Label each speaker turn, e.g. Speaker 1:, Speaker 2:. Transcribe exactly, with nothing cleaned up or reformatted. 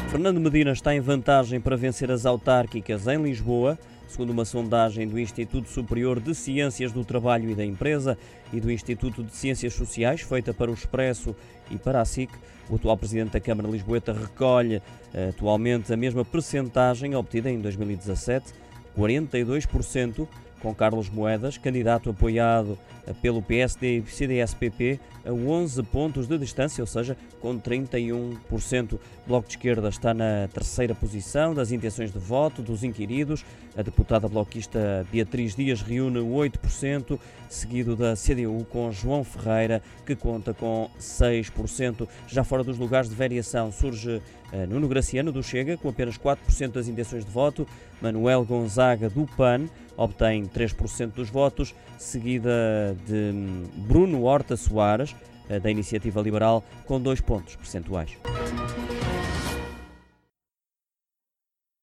Speaker 1: Fernando Medina está em vantagem para vencer as autárquicas em Lisboa, segundo uma sondagem do Instituto Superior de Ciências do Trabalho e da Empresa e do Instituto de Ciências Sociais, feita para o Expresso e para a S I C. O atual presidente da Câmara Lisboeta recolhe atualmente a mesma percentagem obtida em dois mil e dezassete, quarenta e dois por cento, com Carlos Moedas, candidato apoiado pelo P S D e C D S P P, a onze pontos de distância, ou seja, com trinta e um por cento. O Bloco de Esquerda está na terceira posição das intenções de voto dos inquiridos. A deputada bloquista Beatriz Dias reúne oito por cento, seguido da C D U com João Ferreira, que conta com seis por cento. Já fora dos lugares de variação surge Nuno Graciano, do Chega, com apenas quatro por cento das intenções de voto. Manuel Gonzaga, do P A N, obtém três por cento dos votos, seguida de Bruno Horta Soares, da Iniciativa Liberal, com dois pontos percentuais.